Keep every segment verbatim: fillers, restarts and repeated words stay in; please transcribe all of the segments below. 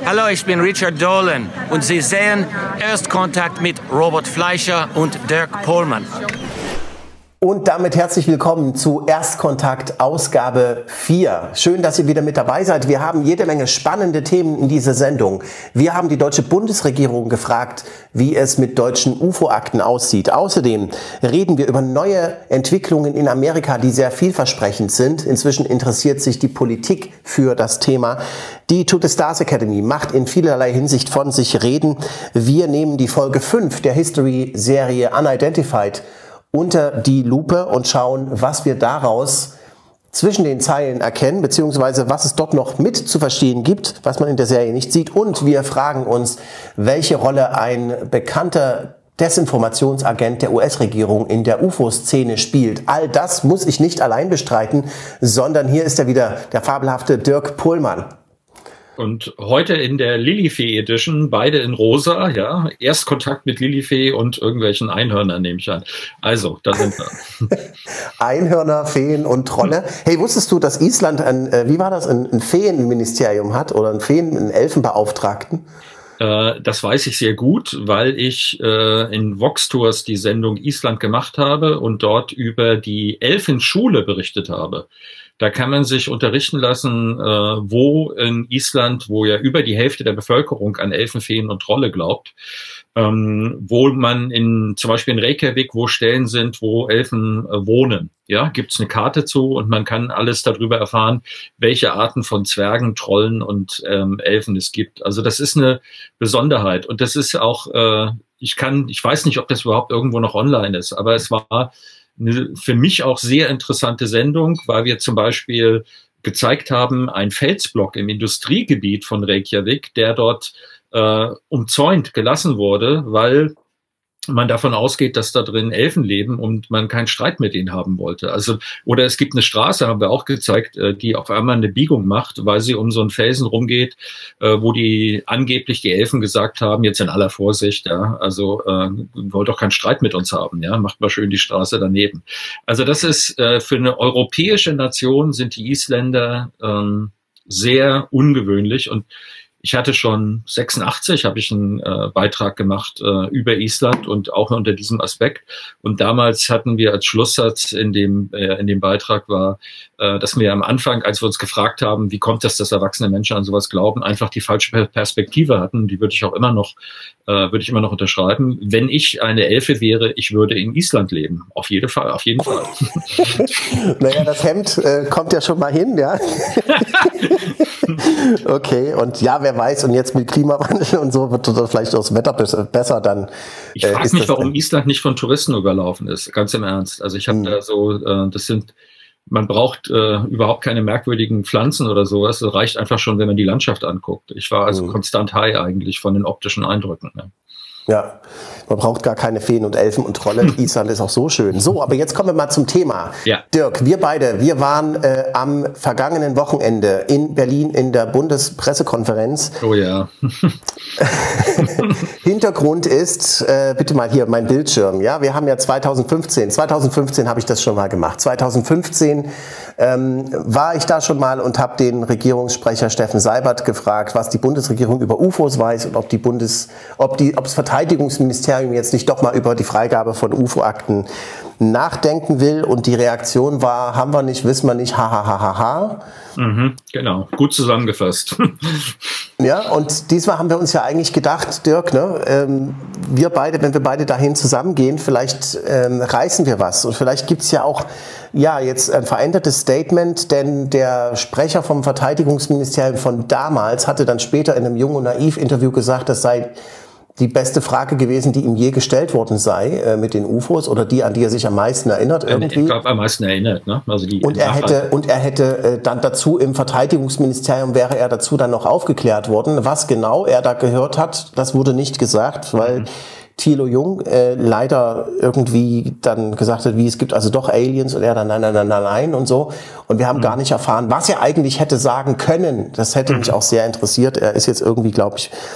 Hallo, ich bin Richard Dolan und Sie sehen Erstkontakt mit Robert Fleischer und Dirk Pohlmann. Und damit herzlich willkommen zu Erstkontakt Ausgabe vier. Schön, dass ihr wieder mit dabei seid. Wir haben jede Menge spannende Themen in dieser Sendung. Wir haben die deutsche Bundesregierung gefragt, wie es mit deutschen U F O-Akten aussieht. Außerdem reden wir über neue Entwicklungen in Amerika, die sehr vielversprechend sind. Inzwischen interessiert sich die Politik für das Thema. Die To The Stars Academy macht in vielerlei Hinsicht von sich reden. Wir nehmen die Folge fünf der History-Serie Unidentified unter die Lupe und schauen, was wir daraus zwischen den Zeilen erkennen, beziehungsweise was es dort noch mit zu verstehen gibt, was man in der Serie nicht sieht. Und wir fragen uns, welche Rolle ein bekannter Desinformationsagent der U S-Regierung in der U F O-Szene spielt. All das muss ich nicht allein bestreiten, sondern hier ist ja wieder der fabelhafte Dirk Pohlmann. Und heute in der Lilifee Edition, beide in rosa, ja, Erstkontakt mit Lilifee und irgendwelchen Einhörnern, nehme ich an. Also, da sind wir. Einhörner, Feen und Trolle. Hey, wusstest du, dass Island ein, äh, wie war das, ein, ein Feenministerium hat oder ein Feen-, einen Elfenbeauftragten? Äh, das weiß ich sehr gut, weil ich äh, in Vox Tours die Sendung Island gemacht habe und dort über die Elfenschule berichtet habe. Da kann man sich unterrichten lassen, äh, wo in Island, wo ja über die Hälfte der Bevölkerung an Elfen, Feen und Trolle glaubt, ähm, wo man in zum Beispiel in Reykjavik, wo Stellen sind, wo Elfen äh, wohnen. Ja, gibt's eine Karte zu und man kann alles darüber erfahren, welche Arten von Zwergen, Trollen und ähm, Elfen es gibt. Also das ist eine Besonderheit und das ist auch, äh, ich kann, ich weiß nicht, ob das überhaupt irgendwo noch online ist, aber es war eine für mich auch sehr interessante Sendung, weil wir zum Beispiel gezeigt haben, ein Felsblock im Industriegebiet von Reykjavik, der dort äh, umzäunt gelassen wurde, weil man davon ausgeht, dass da drin Elfen leben und man keinen Streit mit ihnen haben wollte. Also, oder es gibt eine Straße, haben wir auch gezeigt, die auf einmal eine Biegung macht, weil sie um so einen Felsen rumgeht, wo die angeblich die Elfen gesagt haben, jetzt in aller Vorsicht, ja, also äh, wollt doch keinen Streit mit uns haben, ja, macht mal schön die Straße daneben. Also das ist äh, für eine europäische Nation sind die Isländer ähm, sehr ungewöhnlich und ich hatte schon sechsundachtzig, habe ich einen äh, Beitrag gemacht äh, über Island und auch unter diesem Aspekt. Und damals hatten wir als Schlusssatz in dem äh, in dem Beitrag war, äh, dass wir am Anfang, als wir uns gefragt haben, wie kommt es, dass erwachsene Menschen an sowas glauben, einfach die falsche Perspektive hatten. Die würde ich auch immer noch äh, würde ich immer noch unterschreiben. Wenn ich eine Elfe wäre, ich würde in Island leben. Auf jeden Fall, auf jeden Fall. Naja, das Hemd äh, kommt ja schon mal hin, ja. Okay, und ja, wer weiß, und jetzt mit Klimawandel und so wird das vielleicht das Wetter besser, dann. Ich frage äh, mich, warum Island nicht von Touristen überlaufen ist, ganz im Ernst. Also ich habe hm. da so, äh, das sind, man braucht äh, überhaupt keine merkwürdigen Pflanzen oder sowas, es reicht einfach schon, wenn man die Landschaft anguckt. Ich war also hm. konstant high eigentlich von den optischen Eindrücken. Ne? Ja, man braucht gar keine Feen und Elfen und Trolle. Island ist auch so schön. So, aber jetzt kommen wir mal zum Thema. Ja. Dirk, wir beide, wir waren äh, am vergangenen Wochenende in Berlin in der Bundespressekonferenz. Oh ja. Hintergrund ist, äh, bitte mal hier mein Bildschirm. Ja, wir haben ja zweitausendfünfzehn, zweitausendfünfzehn habe ich das schon mal gemacht. zweitausendfünfzehn ähm, war ich da schon mal und habe den Regierungssprecher Steffen Seibert gefragt, was die Bundesregierung über U F Os weiß und ob die Bundes, ob die, ob das Verteidigungsministerium jetzt nicht doch mal über die Freigabe von U F O-Akten nachdenken will. Und die Reaktion war, haben wir nicht, wissen wir nicht, ha, ha, ha, ha, ha. Mhm, genau, gut zusammengefasst. Ja, und diesmal haben wir uns ja eigentlich gedacht, Dirk, ne, ähm, wir beide, wenn wir beide dahin zusammengehen, vielleicht ähm, reißen wir was. Und vielleicht gibt's ja auch ja jetzt ein verändertes Statement, denn der Sprecher vom Verteidigungsministerium von damals hatte dann später in einem Jung und Naiv Interview gesagt, das sei die beste Frage gewesen, die ihm je gestellt worden sei äh, mit den U F Os oder die, an die er sich am meisten erinnert irgendwie. Ich glaube, am meisten erinnert. Ne? Also die und er hätte, und er hätte äh, dann dazu im Verteidigungsministerium wäre er dazu dann noch aufgeklärt worden. Was genau er da gehört hat, das wurde nicht gesagt, weil mhm. Thilo Jung äh, leider irgendwie dann gesagt hat, wie es gibt also doch Aliens und er dann nein, nein, nein, nein, nein und so. Und wir haben mhm. gar nicht erfahren, was er eigentlich hätte sagen können. Das hätte mhm. mich auch sehr interessiert. Er ist jetzt irgendwie, glaube ich,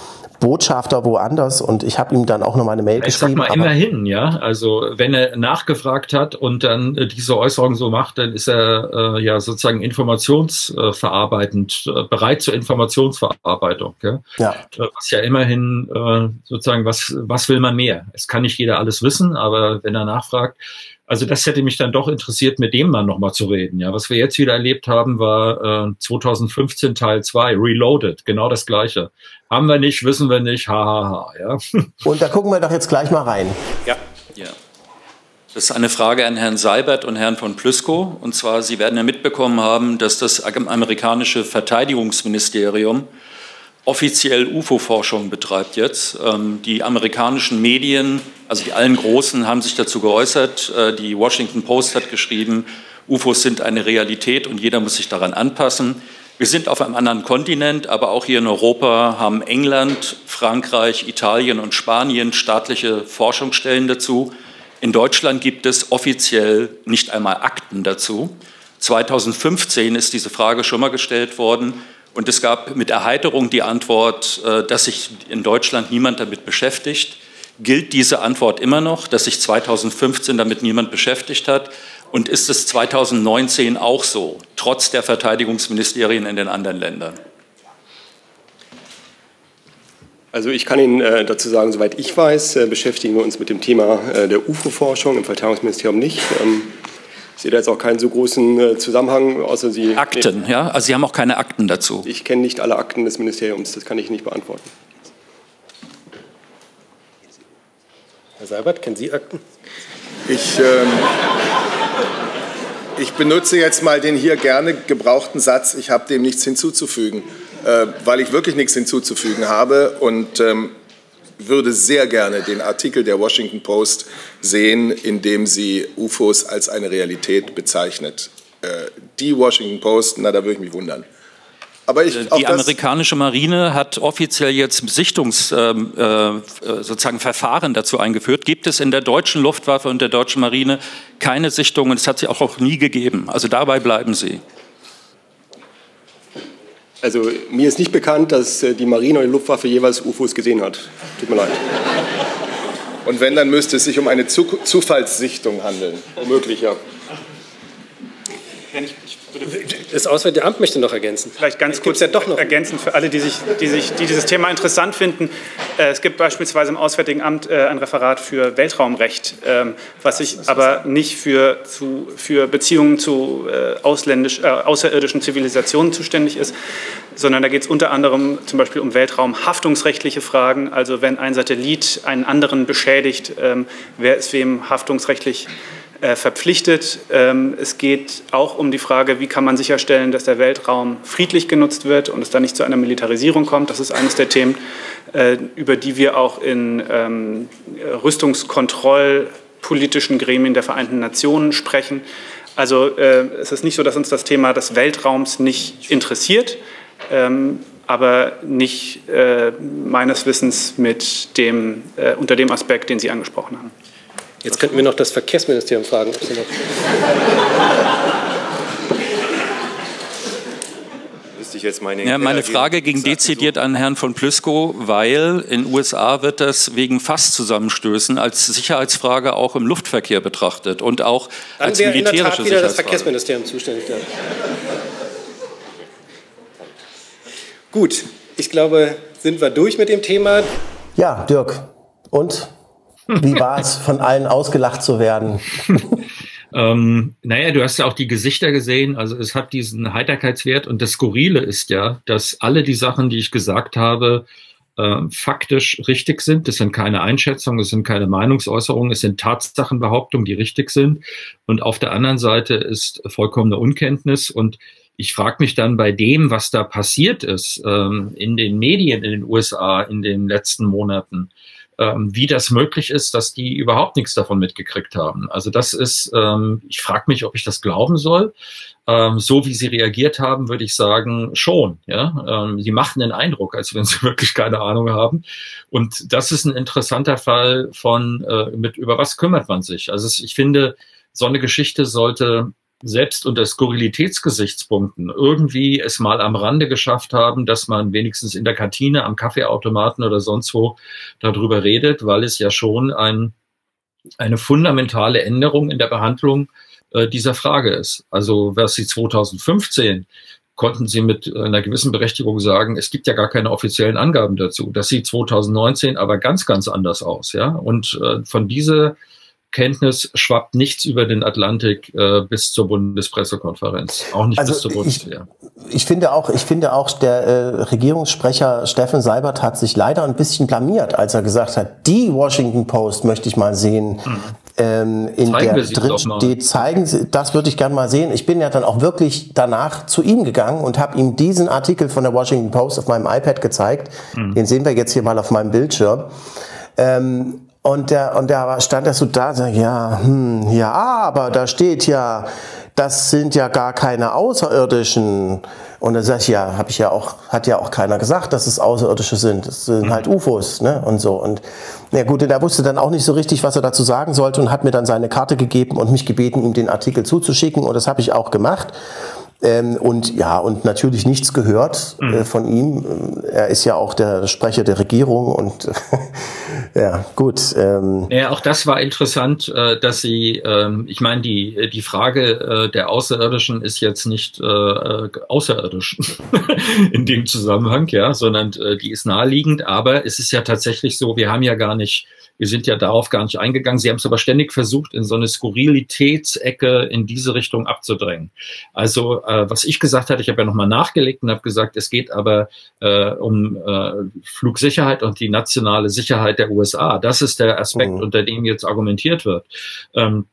Botschafter woanders und ich habe ihm dann auch noch mal eine Mail ich geschrieben. Sag mal, immerhin, ja. Also wenn er nachgefragt hat und dann äh, diese Äußerung so macht, dann ist er äh, ja sozusagen informationsverarbeitend, äh, bereit zur Informationsverarbeitung. Ja? Ja. Äh, was ja immerhin äh, sozusagen, was, was will man mehr? Es kann nicht jeder alles wissen, aber wenn er nachfragt, also das hätte mich dann doch interessiert, mit dem Mann nochmal zu reden. Ja, was wir jetzt wieder erlebt haben, war äh, zweitausendfünfzehn Teil zwei, Reloaded, genau das Gleiche. Haben wir nicht, wissen wir nicht, hahaha. Ha, ha, ja. Und da gucken wir doch jetzt gleich mal rein. Ja. Ja. Das ist eine Frage an Herrn Seibert und Herrn von Plüskow. Und zwar, Sie werden ja mitbekommen haben, dass das amerikanische Verteidigungsministerium offiziell U F O-Forschung betreibt jetzt. Ähm, die amerikanischen Medien, also die allen Großen, haben sich dazu geäußert. Äh, die Washington Post hat geschrieben, U F Os sind eine Realität und jeder muss sich daran anpassen. Wir sind auf einem anderen Kontinent, aber auch hier in Europa haben England, Frankreich, Italien und Spanien staatliche Forschungsstellen dazu. In Deutschland gibt es offiziell nicht einmal Akten dazu. zweitausendfünfzehn ist diese Frage schon mal gestellt worden. Und es gab mit Erheiterung die Antwort, dass sich in Deutschland niemand damit beschäftigt. Gilt diese Antwort immer noch, dass sich zweitausendfünfzehn damit niemand beschäftigt hat? Und ist es zweitausendneunzehn auch so, trotz der Verteidigungsministerien in den anderen Ländern? Also ich kann Ihnen äh, dazu sagen, soweit ich weiß, äh, beschäftigen wir uns mit dem Thema äh, der U F O-Forschung im Verteidigungsministerium nicht. Ähm, Ich sehe da jetzt auch keinen so großen äh, Zusammenhang, außer Sie... Akten, nee. Ja? Also Sie haben auch keine Akten dazu? Ich kenne nicht alle Akten des Ministeriums, das kann ich nicht beantworten. Herr Seibert, kennen Sie Akten? Ich, ähm, ich benutze jetzt mal den hier gerne gebrauchten Satz, ich habe dem nichts hinzuzufügen, äh, weil ich wirklich nichts hinzuzufügen habe und... Ähm, würde sehr gerne den Artikel der Washington Post sehen, in dem sie U F Os als eine Realität bezeichnet. Äh, die Washington Post, na, da würde ich mich wundern. Aber ich, die amerikanische Marine hat offiziell jetzt Sichtungs, äh, äh, sozusagen Verfahren dazu eingeführt. Gibt es in der deutschen Luftwaffe und der deutschen Marine keine Sichtungen? Das hat sie auch, auch nie gegeben. Also dabei bleiben Sie. Also mir ist nicht bekannt, dass die Marine oder die Luftwaffe jeweils U F Os gesehen hat. Tut mir leid. Und wenn, dann müsste es sich um eine Zufallssichtung handeln. Womöglich, ja. Das Auswärtige Amt möchte noch ergänzen. Vielleicht ganz kurz ja doch noch ergänzend für alle, die, sich, die, sich, die dieses Thema interessant finden. Es gibt beispielsweise im Auswärtigen Amt ein Referat für Weltraumrecht, was sich aber nicht für, zu, für Beziehungen zu ausländisch, äh, außerirdischen Zivilisationen zuständig ist, sondern da geht es unter anderem zum Beispiel um Weltraumhaftungsrechtliche Fragen. Also wenn ein Satellit einen anderen beschädigt, wer ist wem haftungsrechtlich verpflichtet. Es geht auch um die Frage, wie kann man sicherstellen, dass der Weltraum friedlich genutzt wird und es da nicht zu einer Militarisierung kommt. Das ist eines der Themen, über die wir auch in rüstungskontrollpolitischen Gremien der Vereinten Nationen sprechen. Also es ist nicht so, dass uns das Thema des Weltraums nicht interessiert, aber nicht meines Wissens mit dem, unter dem Aspekt, den Sie angesprochen haben. Jetzt könnten wir noch das Verkehrsministerium fragen. Ob Sie noch Jetzt meine, ja, meine Frage ging dezidiert an Herrn von Plüskow, weil in den U S A wird das wegen Fasszusammenstößen als Sicherheitsfrage auch im Luftverkehr betrachtet und auch Dann als wäre militärische in der Tat wieder das Sicherheitsfrage. Verkehrsministerium zuständig. Ja. Gut, ich glaube, sind wir durch mit dem Thema. Ja, Dirk. Und wie war es, von allen ausgelacht zu werden? Ähm, naja, du hast ja auch die Gesichter gesehen, also es hat diesen Heiterkeitswert und das Skurrile ist ja, dass alle die Sachen, die ich gesagt habe, äh, faktisch richtig sind. Das sind keine Einschätzungen, es sind keine Meinungsäußerungen, es sind Tatsachenbehauptungen, die richtig sind. Und auf der anderen Seite ist vollkommene Unkenntnis und ich frage mich dann bei dem, was da passiert ist, ähm, in den Medien in den U S A in den letzten Monaten, Ähm, wie das möglich ist, dass die überhaupt nichts davon mitgekriegt haben. Also das ist, ähm, ich frage mich, ob ich das glauben soll. Ähm, so wie sie reagiert haben, würde ich sagen, schon. Ja, ähm, sie machten den Eindruck, als wenn sie wirklich keine Ahnung haben. Und das ist ein interessanter Fall von, äh, mit über was kümmert man sich. Also es, ich finde, so eine Geschichte sollte selbst unter Skurrilitätsgesichtspunkten irgendwie es mal am Rande geschafft haben, dass man wenigstens in der Kantine, am Kaffeeautomaten oder sonst wo darüber redet, weil es ja schon ein, eine fundamentale Änderung in der Behandlung äh, dieser Frage ist. Also was Sie zweitausendfünfzehn konnten Sie mit einer gewissen Berechtigung sagen, es gibt ja gar keine offiziellen Angaben dazu. Das sieht zweitausendneunzehn aber ganz, ganz anders aus, ja. Und äh, von dieser Kenntnis schwappt nichts über den Atlantik äh, bis zur Bundespressekonferenz, auch nicht also bis zur Bundeswehr. Ich, ich finde auch, ich finde auch, der äh, Regierungssprecher Steffen Seibert hat sich leider ein bisschen blamiert, als er gesagt hat, die Washington Post möchte ich mal sehen. Mhm. Ähm, in zeigen der drin, die zeigen Sie, das würde ich gerne mal sehen. Ich bin ja dann auch wirklich danach zu ihm gegangen und habe ihm diesen Artikel von der Washington Post auf meinem iPad gezeigt. Mhm. Den sehen wir jetzt hier mal auf meinem Bildschirm. Ähm, Und der, und der stand da so da und sagt, ja, hm, ja, aber da steht ja, das sind ja gar keine Außerirdischen. Und dann sag ich, ja, habe ich ja auch, hat ja auch keiner gesagt, dass es Außerirdische sind. Das sind halt U F Os, ne, und so. Und, na gut, und er wusste dann auch nicht so richtig, was er dazu sagen sollte und hat mir dann seine Karte gegeben und mich gebeten, ihm den Artikel zuzuschicken. Und das habe ich auch gemacht. Ähm, und ja, und natürlich nichts gehört äh, mhm. von ihm. Er ist ja auch der Sprecher der Regierung und ja, gut. Ähm. Ja, auch das war interessant, äh, dass Sie, ähm, ich meine, die, die Frage äh, der Außerirdischen ist jetzt nicht äh, außerirdisch in dem Zusammenhang, ja, sondern äh, die ist naheliegend, aber es ist ja tatsächlich so, wir haben ja gar nicht, wir sind ja darauf gar nicht eingegangen. Sie haben es aber ständig versucht, in so eine Skurrilitätsecke in diese Richtung abzudrängen. Also äh, was ich gesagt hatte, ich habe ja nochmal nachgelegt und habe gesagt, es geht aber äh, um äh, Flugsicherheit und die nationale Sicherheit der U S A. Das ist der Aspekt, mhm. unter dem jetzt argumentiert wird. Ähm,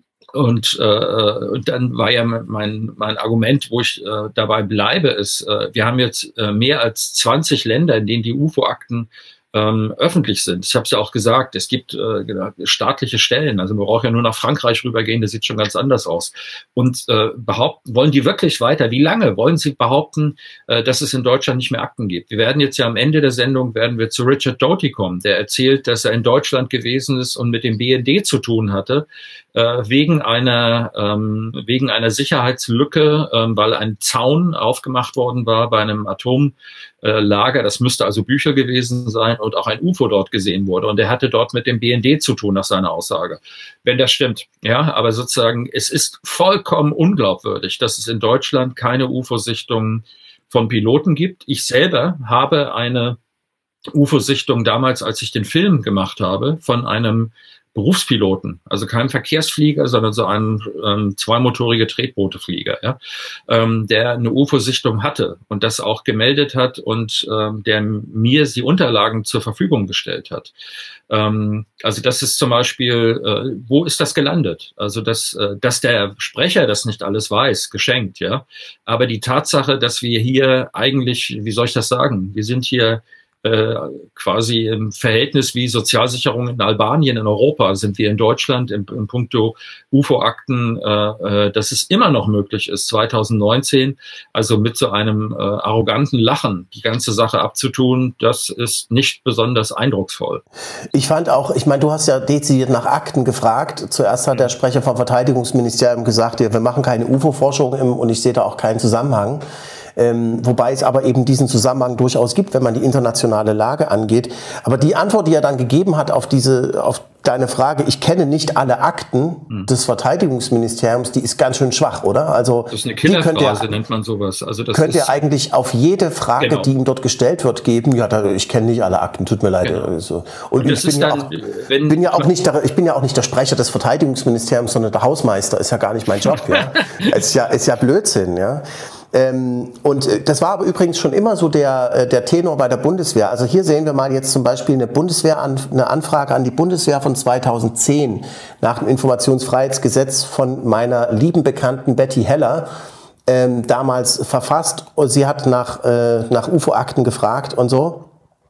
Und, äh, und dann war ja mein, mein Argument, wo ich äh, dabei bleibe, ist, äh, wir haben jetzt äh, mehr als zwanzig Länder, in denen die U F O-Akten ähm, öffentlich sind. Ich habe es ja auch gesagt, es gibt äh, staatliche Stellen, also man braucht ja nur nach Frankreich rübergehen, das sieht schon ganz anders aus. Und äh, behaupten, wollen die wirklich weiter? Wie lange wollen sie behaupten, äh, dass es in Deutschland nicht mehr Akten gibt? Wir werden jetzt ja am Ende der Sendung, werden wir zu Richard Doty kommen, der erzählt, dass er in Deutschland gewesen ist und mit dem B N D zu tun hatte, äh, wegen einer ähm, wegen einer Sicherheitslücke, ähm, weil ein Zaun aufgemacht worden war bei einem Atomlager, das müsste also Bücher gewesen sein, und auch ein U F O dort gesehen wurde. Und er hatte dort mit dem B N D zu tun, nach seiner Aussage. Wenn das stimmt. Ja, aber sozusagen, es ist vollkommen unglaubwürdig, dass es in Deutschland keine U F O-Sichtungen von Piloten gibt. Ich selber habe eine U F O-Sichtung damals, als ich den Film gemacht habe, von einem Berufspiloten, also kein Verkehrsflieger, sondern so ein ähm, zweimotorige Tretbooteflieger, ja, ähm, der eine U F O-Sichtung hatte und das auch gemeldet hat und ähm, der mir die Unterlagen zur Verfügung gestellt hat. Ähm, also das ist zum Beispiel, äh, wo ist das gelandet? Also dass, äh, dass der Sprecher das nicht alles weiß, geschenkt, ja. Aber die Tatsache, dass wir hier eigentlich, wie soll ich das sagen, wir sind hier Äh, quasi im Verhältnis wie Sozialsicherung in Albanien in Europa sind wir in Deutschland im, im Punkto U F O-Akten, äh, äh, dass es immer noch möglich ist, zweitausendneunzehn, also mit so einem äh, arroganten Lachen die ganze Sache abzutun, das ist nicht besonders eindrucksvoll. Ich fand auch, ich meine, du hast ja dezidiert nach Akten gefragt. Zuerst hat der Sprecher vom Verteidigungsministerium gesagt, ja, wir machen keine U F O-Forschung und ich sehe da auch keinen Zusammenhang. Ähm, wobei es aber eben diesen Zusammenhang durchaus gibt, wenn man die internationale Lage angeht. Aber die Antwort, die er dann gegeben hat auf diese, auf deine Frage, ich kenne nicht alle Akten hm. des Verteidigungsministeriums, die ist ganz schön schwach, oder? Also das ist eine Killerphrase, nennt man sowas. Also das könnt ist, ihr eigentlich auf jede Frage, genau. die ihm dort gestellt wird, geben, ja, da, ich kenne nicht alle Akten, tut mir leid. Genau. Also. Und, Und ich, bin dann, ja auch, wenn, bin ja auch nicht der, ich bin ja auch nicht der Sprecher des Verteidigungsministeriums, sondern der Hausmeister, ist ja gar nicht mein Job. Ja. ist, ja, ist ja Blödsinn, ja. Ähm, und äh, das war aber übrigens schon immer so der, äh, der Tenor bei der Bundeswehr. Also hier sehen wir mal jetzt zum Beispiel eine Bundeswehr an, eine Anfrage an die Bundeswehr von zweitausendzehn nach dem Informationsfreiheitsgesetz von meiner lieben Bekannten Betty Heller, ähm, damals verfasst. Und sie hat nach, äh, nach U F O-Akten gefragt und so.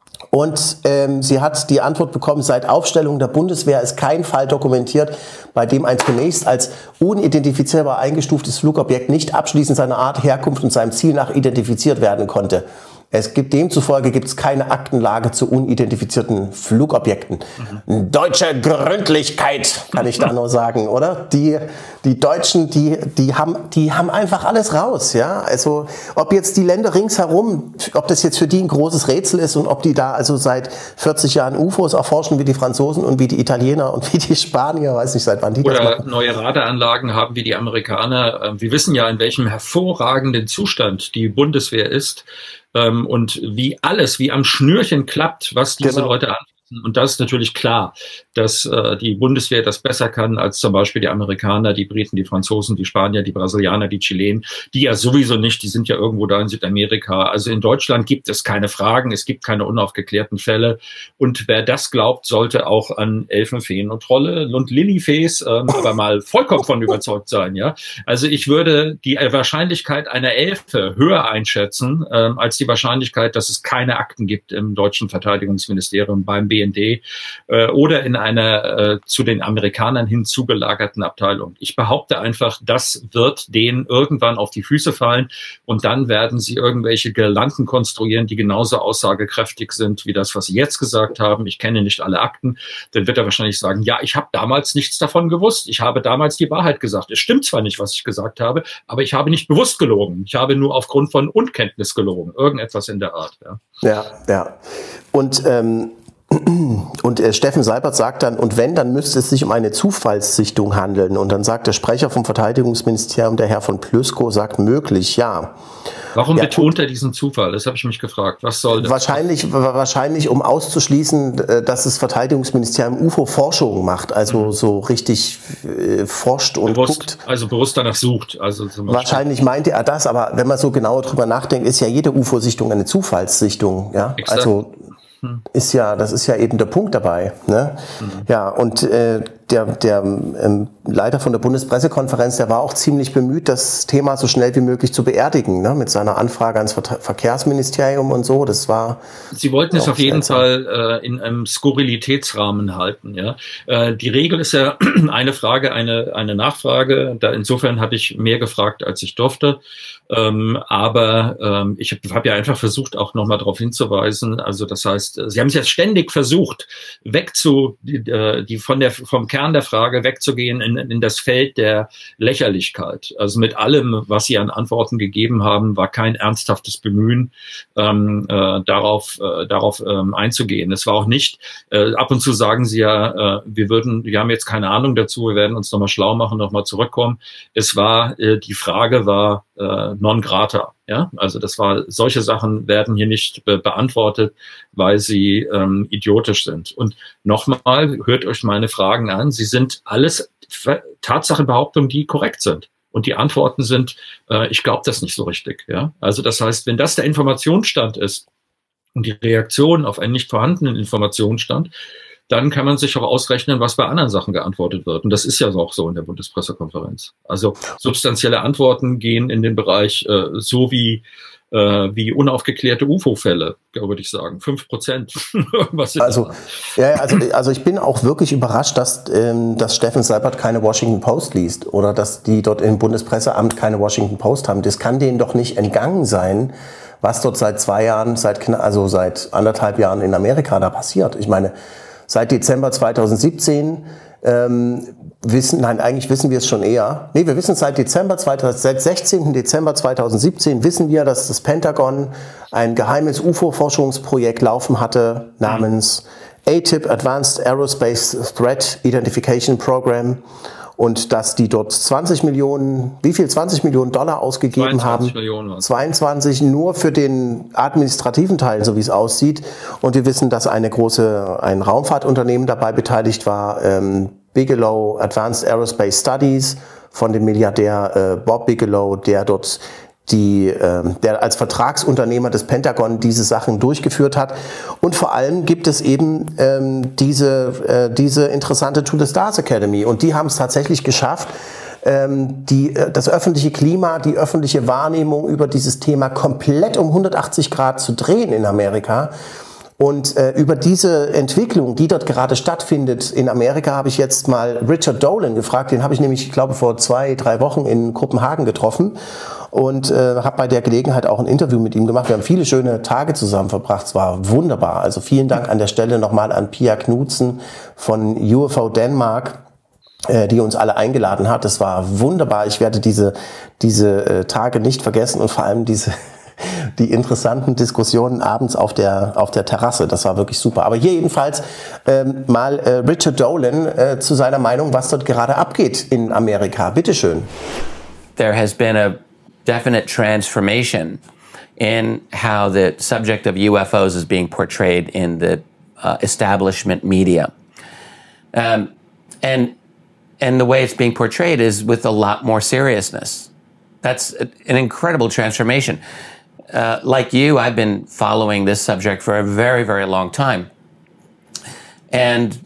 Und ähm, sie hat die Antwort bekommen, seit Aufstellung der Bundeswehr ist kein Fall dokumentiert, bei dem ein zunächst als unidentifizierbar eingestuftes Flugobjekt nicht abschließend seiner Art, Herkunft und seinem Ziel nach identifiziert werden konnte. Es gibt demzufolge gibt es keine Aktenlage zu unidentifizierten Flugobjekten. Mhm. Deutsche Gründlichkeit, kann ich da nur sagen, oder? Die, die Deutschen, die, die haben, die haben einfach alles raus, ja. Also, ob jetzt die Länder ringsherum, ob das jetzt für die ein großes Rätsel ist und ob die da also seit vierzig Jahren U F Os erforschen, wie die Franzosen und wie die Italiener und wie die Spanier, weiß nicht, seit wann die Oder das machen. Neue Radaranlagen haben wie die Amerikaner. Wir wissen ja, in welchem hervorragenden Zustand die Bundeswehr ist. Und wie alles, wie am Schnürchen klappt, was diese genau. Leute anfassen. Und das ist natürlich klar, dass äh, die Bundeswehr das besser kann als zum Beispiel die Amerikaner, die Briten, die Franzosen, die Spanier, die Brasilianer, die Chilenen, die ja sowieso nicht, die sind ja irgendwo da in Südamerika. Also in Deutschland gibt es keine Fragen, es gibt keine unaufgeklärten Fälle. Und wer das glaubt, sollte auch an Elfenfeen und Trolle und Lilifees ähm, aber mal vollkommen von überzeugt sein. Ja, also ich würde die Wahrscheinlichkeit einer Elfe höher einschätzen ähm, als die Wahrscheinlichkeit, dass es keine Akten gibt im deutschen Verteidigungsministerium beim B N D äh, oder in einer äh, zu den Amerikanern hinzugelagerten Abteilung. Ich behaupte einfach, das wird denen irgendwann auf die Füße fallen und dann werden sie irgendwelche Girlanden konstruieren, die genauso aussagekräftig sind wie das, was sie jetzt gesagt haben. Ich kenne nicht alle Akten. Dann wird er wahrscheinlich sagen, ja, ich habe damals nichts davon gewusst. Ich habe damals die Wahrheit gesagt. Es stimmt zwar nicht, was ich gesagt habe, aber ich habe nicht bewusst gelogen. Ich habe nur aufgrund von Unkenntnis gelogen. Irgendetwas in der Art. Ja, ja. ja. Und ähm Und äh, Steffen Seibert sagt dann, und wenn, dann müsste es sich um eine Zufallssichtung handeln. Und dann sagt der Sprecher vom Verteidigungsministerium, der Herr von Plüskow, sagt möglich, ja. Warum ja, betont er diesen Zufall? Das habe ich mich gefragt. Was soll das? Wahrscheinlich, wahrscheinlich, um auszuschließen, dass das Verteidigungsministerium U F O-Forschung macht, also mhm. so richtig äh, forscht und bewusst, guckt. Also bewusst danach sucht. Also zum wahrscheinlich meinte er das, aber wenn man so genauer drüber nachdenkt, ist ja jede U F O-Sichtung eine Zufallssichtung. Ja? Also ist ja, das ist ja eben der Punkt dabei. Ne? Mhm. Ja, und äh, der, der ähm, Leiter von der Bundespressekonferenz, der war auch ziemlich bemüht, das Thema so schnell wie möglich zu beerdigen, ne? Mit seiner Anfrage ans Ver- Verkehrsministerium und so. Das war. Sie wollten es auf jeden Fall äh, in einem Skurrilitätsrahmen halten. Ja, äh, die Regel ist ja eine Frage, eine eine Nachfrage. Da insofern habe ich mehr gefragt, als ich durfte. Ähm, aber ähm, ich habe hab ja einfach versucht, auch nochmal darauf hinzuweisen. Also das heißt, Sie haben es jetzt ständig versucht, wegzu die, die von der vom Kern der Frage wegzugehen in, in das Feld der Lächerlichkeit. Also mit allem, was Sie an Antworten gegeben haben, war kein ernsthaftes Bemühen, ähm, äh, darauf äh, darauf ähm, einzugehen. Es war auch nicht. Äh, ab und zu sagen Sie ja, äh, wir würden, wir haben jetzt keine Ahnung dazu, wir werden uns nochmal schlau machen, nochmal zurückkommen. Es war äh, die Frage war äh, non grata. Ja, also das war, solche Sachen werden hier nicht be- beantwortet, weil sie ähm, idiotisch sind. Und nochmal, hört euch meine Fragen an. Sie sind alles Tatsachenbehauptungen, die korrekt sind. Und die Antworten sind, äh, ich glaube das nicht so richtig. Ja, also das heißt, wenn das der Informationsstand ist und die Reaktion auf einen nicht vorhandenen Informationsstand, dann kann man sich auch ausrechnen, was bei anderen Sachen geantwortet wird. Und das ist ja auch so in der Bundespressekonferenz. Also substanzielle Antworten gehen in den Bereich äh, so wie äh, wie unaufgeklärte U F O-Fälle, würde ich sagen. Fünf Prozent. also, ja, also, also ich bin auch wirklich überrascht, dass, ähm, dass Steffen Seibert keine Washington Post liest oder dass die dort im Bundespresseamt keine Washington Post haben. Das kann denen doch nicht entgangen sein, was dort seit zwei Jahren, seit also seit anderthalb Jahren in Amerika da passiert. Ich meine, seit Dezember zweitausendsiebzehn ähm, wissen, nein, eigentlich wissen wir es schon eher. Nee, wir wissen seit Dezember zweitausend, seit sechzehnten Dezember zweitausendsiebzehn wissen wir, dass das Pentagon ein geheimes U F O-Forschungsprojekt laufen hatte namens A T I P, Advanced Aerospace Threat Identification Program. Und dass die dort zwanzig Millionen, wie viel? zwanzig Millionen Dollar ausgegeben haben. Millionen. zweiundzwanzig nur für den administrativen Teil, so wie es aussieht. Und wir wissen, dass eine große, ein Raumfahrtunternehmen dabei beteiligt war, ähm, Bigelow Advanced Aerospace Studies von dem Milliardär äh, Bob Bigelow, der dort die, äh, der als Vertragsunternehmer des Pentagon diese Sachen durchgeführt hat. Und vor allem gibt es eben ähm, diese, äh, diese interessante To the Stars Academy. Und die haben es tatsächlich geschafft, ähm, die, das öffentliche Klima, die öffentliche Wahrnehmung über dieses Thema komplett um hundertachtzig Grad zu drehen in Amerika. Und äh, über diese Entwicklung, die dort gerade stattfindet in Amerika, habe ich jetzt mal Richard Dolan gefragt. Den habe ich nämlich, ich glaube, vor zwei, drei Wochen in Kopenhagen getroffen und äh, habe bei der Gelegenheit auch ein Interview mit ihm gemacht. Wir haben viele schöne Tage zusammen verbracht. Es war wunderbar. Also vielen Dank an der Stelle nochmal an Pia Knudsen von U F O Denmark, äh, die uns alle eingeladen hat. Das war wunderbar. Ich werde diese, diese äh, Tage nicht vergessen und vor allem diese die interessanten Diskussionen abends auf der auf der Terrasse. Das war wirklich super. Aber hier jedenfalls ähm, mal äh, Richard Dolan äh, zu seiner Meinung, was dort gerade abgeht in Amerika. Bitte schön. There has been a definite transformation in how the subject of U F Os is being portrayed in the uh, establishment media, um, and and the way it's being portrayed is with a lot more seriousness. That's an incredible transformation. Uh, like you, I've been following this subject for a very, very long time. And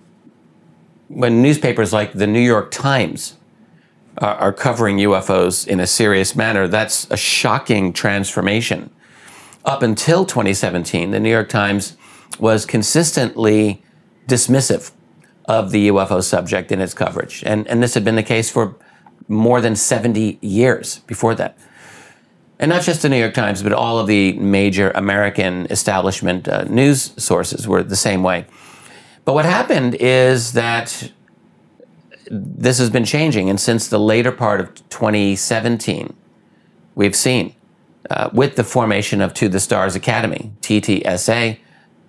when newspapers like the New York Times are, are covering U F Os in a serious manner, that's a shocking transformation. Up until twenty seventeen, the New York Times was consistently dismissive of the U F O subject in its coverage. And, and this had been the case for more than seventy years before that. And not just the New York Times, but all of the major American establishment uh, news sources were the same way. But what happened is that this has been changing. And since the later part of twenty seventeen, we've seen, uh, with the formation of To the Stars Academy, T T S A,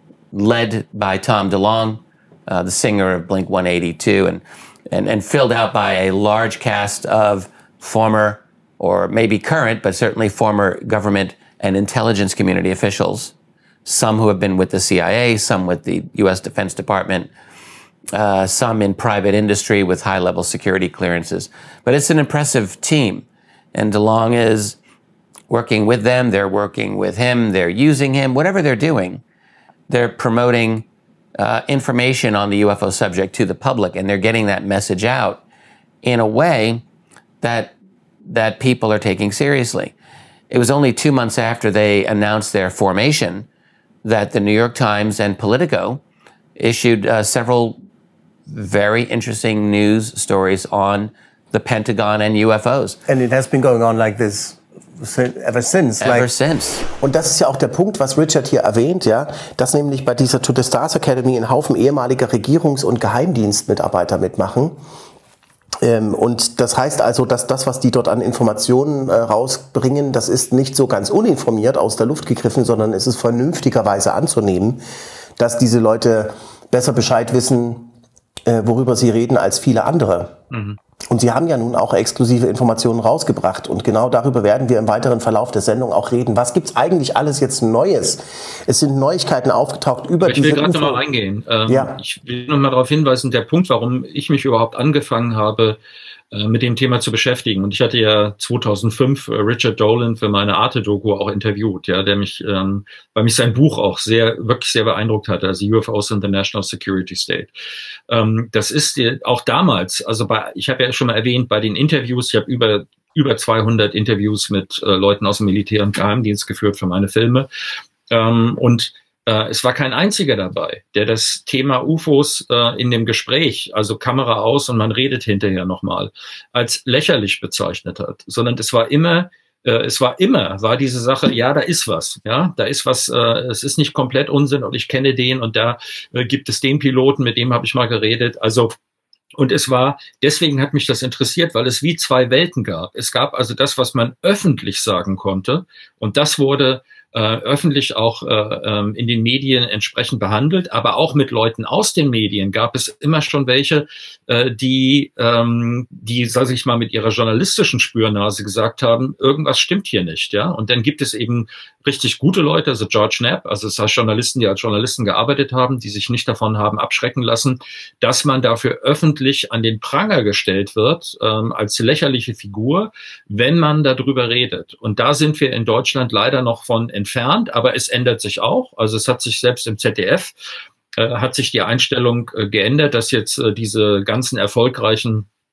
led by Tom DeLonge, uh, the singer of Blink one eighty-two, and, and, and filled out by a large cast of former, or maybe current, but certainly former government and intelligence community officials, some who have been with the C I A, some with the U S Defense Department, uh, some in private industry with high-level security clearances. But it's an impressive team, and DeLonge is working with them, they're working with him, they're using him, whatever they're doing, they're promoting uh, information on the U F O subject to the public, and they're getting that message out in a way that that people are taking seriously. It was only two months after they announced their formation that the New York Times and Politico issued uh, several very interesting news stories on the Pentagon and U F Os. And it has been going on like this ever since. Ever like, since. Und das ist ja auch der Punkt, was Richard hier erwähnt, ja, dass nämlich bei dieser To the Stars Academy ein Haufen ehemaliger Regierungs- und Geheimdienstmitarbeiter mitmachen. Ähm, und das heißt also, dass das, was die dort an Informationen äh, rausbringen, das ist nicht so ganz uninformiert aus der Luft gegriffen, sondern es ist vernünftigerweise anzunehmen, dass diese Leute besser Bescheid wissen, äh, worüber sie reden, als viele andere. Mhm. Und sie haben ja nun auch exklusive Informationen rausgebracht. Und genau darüber werden wir im weiteren Verlauf der Sendung auch reden. Was gibt's eigentlich alles jetzt Neues? Es sind Neuigkeiten aufgetaucht über diese... Ich will gerade noch mal reingehen. Ähm, ja. Ich will noch mal darauf hinweisen, der Punkt, warum ich mich überhaupt angefangen habe, äh, mit dem Thema zu beschäftigen. Und ich hatte ja zweitausendfünf äh, Richard Dolan für meine Arte-Doku auch interviewt, ja, der mich, ähm, weil mich sein Buch auch sehr, wirklich sehr beeindruckt hatte, also U F Os and the National Security State. Ähm, das ist auch damals, also bei, ich habe ja schon mal erwähnt, bei den Interviews, ich habe über über zweihundert Interviews mit äh, Leuten aus dem Militär und Geheimdienst geführt für meine Filme. Ähm, und äh, es war kein einziger dabei, der das Thema U F Os äh, in dem Gespräch, also Kamera aus und man redet hinterher nochmal, als lächerlich bezeichnet hat, sondern es war immer äh, es war immer, war diese Sache, ja, da ist was, ja, da ist was, äh, es ist nicht komplett Unsinn und ich kenne den und da äh, gibt es den Piloten, mit dem habe ich mal geredet, also und es war, deswegen hat mich das interessiert, weil es wie zwei Welten gab. Es gab also das, was man öffentlich sagen konnte und das wurde äh, öffentlich auch äh, ähm, in den Medien entsprechend behandelt, aber auch mit Leuten aus den Medien gab es immer schon welche, äh, die, ähm, die, sag ich mal, mit ihrer journalistischen Spürnase gesagt haben, irgendwas stimmt hier nicht, ja. Und dann gibt es eben richtig gute Leute, also George Knapp, also es heißt Journalisten, die als Journalisten gearbeitet haben, die sich nicht davon haben abschrecken lassen, dass man dafür öffentlich an den Pranger gestellt wird, ähm, als lächerliche Figur, wenn man darüber redet. Und da sind wir in Deutschland leider noch von entfernt, aber es ändert sich auch. Also es hat sich selbst im Z D F, äh, hat sich die Einstellung äh, geändert, dass jetzt äh, diese ganzen erfolgreichen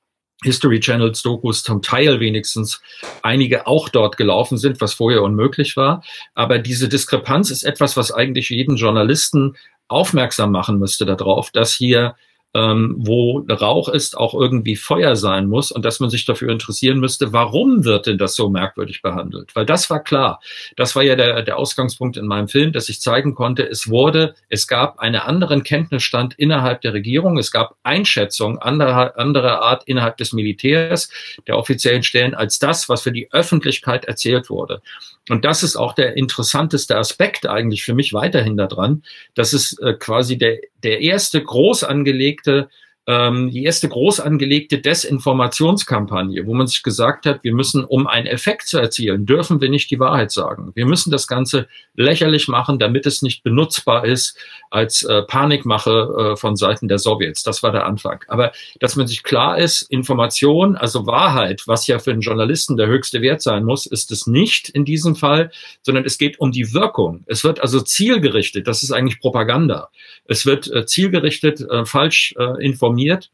History Channels Dokus zum Teil wenigstens einige auch dort gelaufen sind, was vorher unmöglich war. Aber diese Diskrepanz ist etwas, was eigentlich jeden Journalisten aufmerksam machen müsste darauf, dass hier, ähm, wo Rauch ist, auch irgendwie Feuer sein muss und dass man sich dafür interessieren müsste, warum wird denn das so merkwürdig behandelt? Weil das war klar. Das war ja der, der Ausgangspunkt in meinem Film, dass ich zeigen konnte, es wurde, es gab einen anderen Kenntnisstand innerhalb der Regierung, es gab Einschätzungen anderer, anderer Art innerhalb des Militärs, der offiziellen Stellen, als das, was für die Öffentlichkeit erzählt wurde. Und das ist auch der interessanteste Aspekt eigentlich für mich weiterhin daran, dass es äh, quasi der, der erste groß angelegte, ähm, die erste groß angelegte Desinformationskampagne, wo man sich gesagt hat, wir müssen, um einen Effekt zu erzielen, dürfen wir nicht die Wahrheit sagen. Wir müssen das Ganze lächerlich machen, damit es nicht benutzbar ist als äh, Panikmache äh, von Seiten der Sowjets. Das war der Anfang. Aber dass man sich klar ist, Information, also Wahrheit, was ja für einen Journalisten der höchste Wert sein muss, ist es nicht in diesem Fall, sondern es geht um die Wirkung. Es wird also zielgerichtet, das ist eigentlich Propaganda. Es wird äh, zielgerichtet äh, falsch äh, informiert,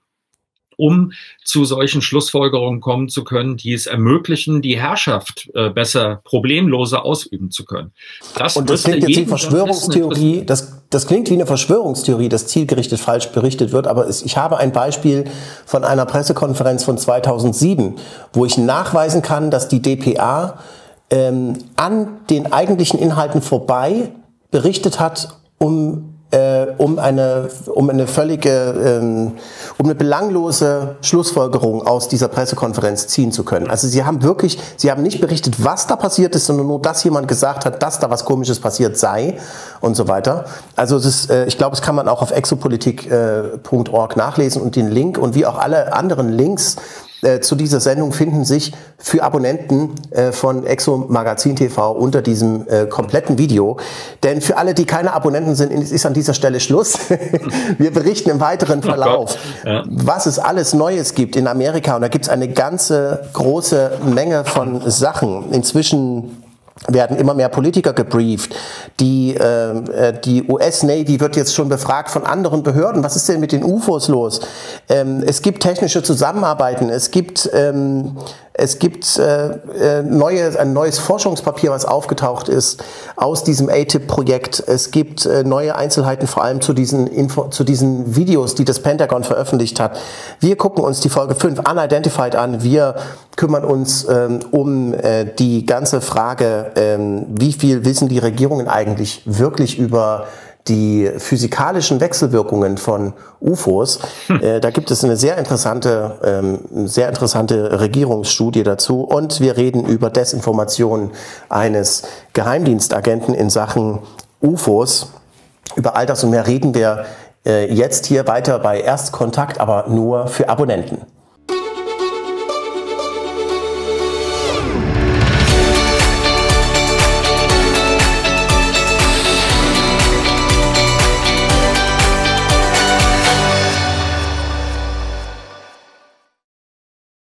um zu solchen Schlussfolgerungen kommen zu können, die es ermöglichen, die Herrschaft äh, besser, problemloser ausüben zu können. Das Und das klingt jetzt wie Verschwörungstheorie, das, das klingt wie eine Verschwörungstheorie, dass zielgerichtet falsch berichtet wird, aber es, ich habe ein Beispiel von einer Pressekonferenz von zweitausendsieben, wo ich nachweisen kann, dass die D P A ähm, an den eigentlichen Inhalten vorbei berichtet hat, um Äh, um eine um eine völlige ähm, um eine belanglose Schlussfolgerung aus dieser Pressekonferenz ziehen zu können. Also sie haben wirklich, sie haben nicht berichtet, was da passiert ist, sondern nur, dass jemand gesagt hat, dass da was Komisches passiert sei und so weiter. Also es ist, äh, ich glaube, das kann man auch auf exopolitik punkt org nachlesen und den Link und wie auch alle anderen Links Äh, zu dieser Sendung finden sich für Abonnenten äh, von Exo Magazin T V unter diesem äh, kompletten Video. Denn für alle, die keine Abonnenten sind, ist an dieser Stelle Schluss. Wir berichten im weiteren Verlauf, oh ja. was es alles Neues gibt in Amerika. Und da gibt es eine ganze große Menge von Sachen. Inzwischen werden immer mehr Politiker gebrieft. Die, äh, die U S-Navy wird jetzt schon befragt von anderen Behörden. Was ist denn mit den U F Os los? Ähm, es gibt technische Zusammenarbeiten. Es gibt, ähm, es gibt äh, neue, ein neues Forschungspapier, was aufgetaucht ist aus diesem A T I P-Projekt. Es gibt äh, neue Einzelheiten, vor allem zu diesen, Info zu diesen Videos, die das Pentagon veröffentlicht hat. Wir gucken uns die Folge fünf Unidentified an. Wir kümmern uns ähm, um äh, die ganze Frage, ähm, wie viel wissen die Regierungen eigentlich wirklich über die physikalischen Wechselwirkungen von U F Os. Äh, da gibt es eine sehr interessante, ähm, sehr interessante Regierungsstudie dazu. Und wir reden über Desinformation eines Geheimdienstagenten in Sachen U F Os. Über all das und mehr reden wir äh, jetzt hier weiter bei Erstkontakt, aber nur für Abonnenten.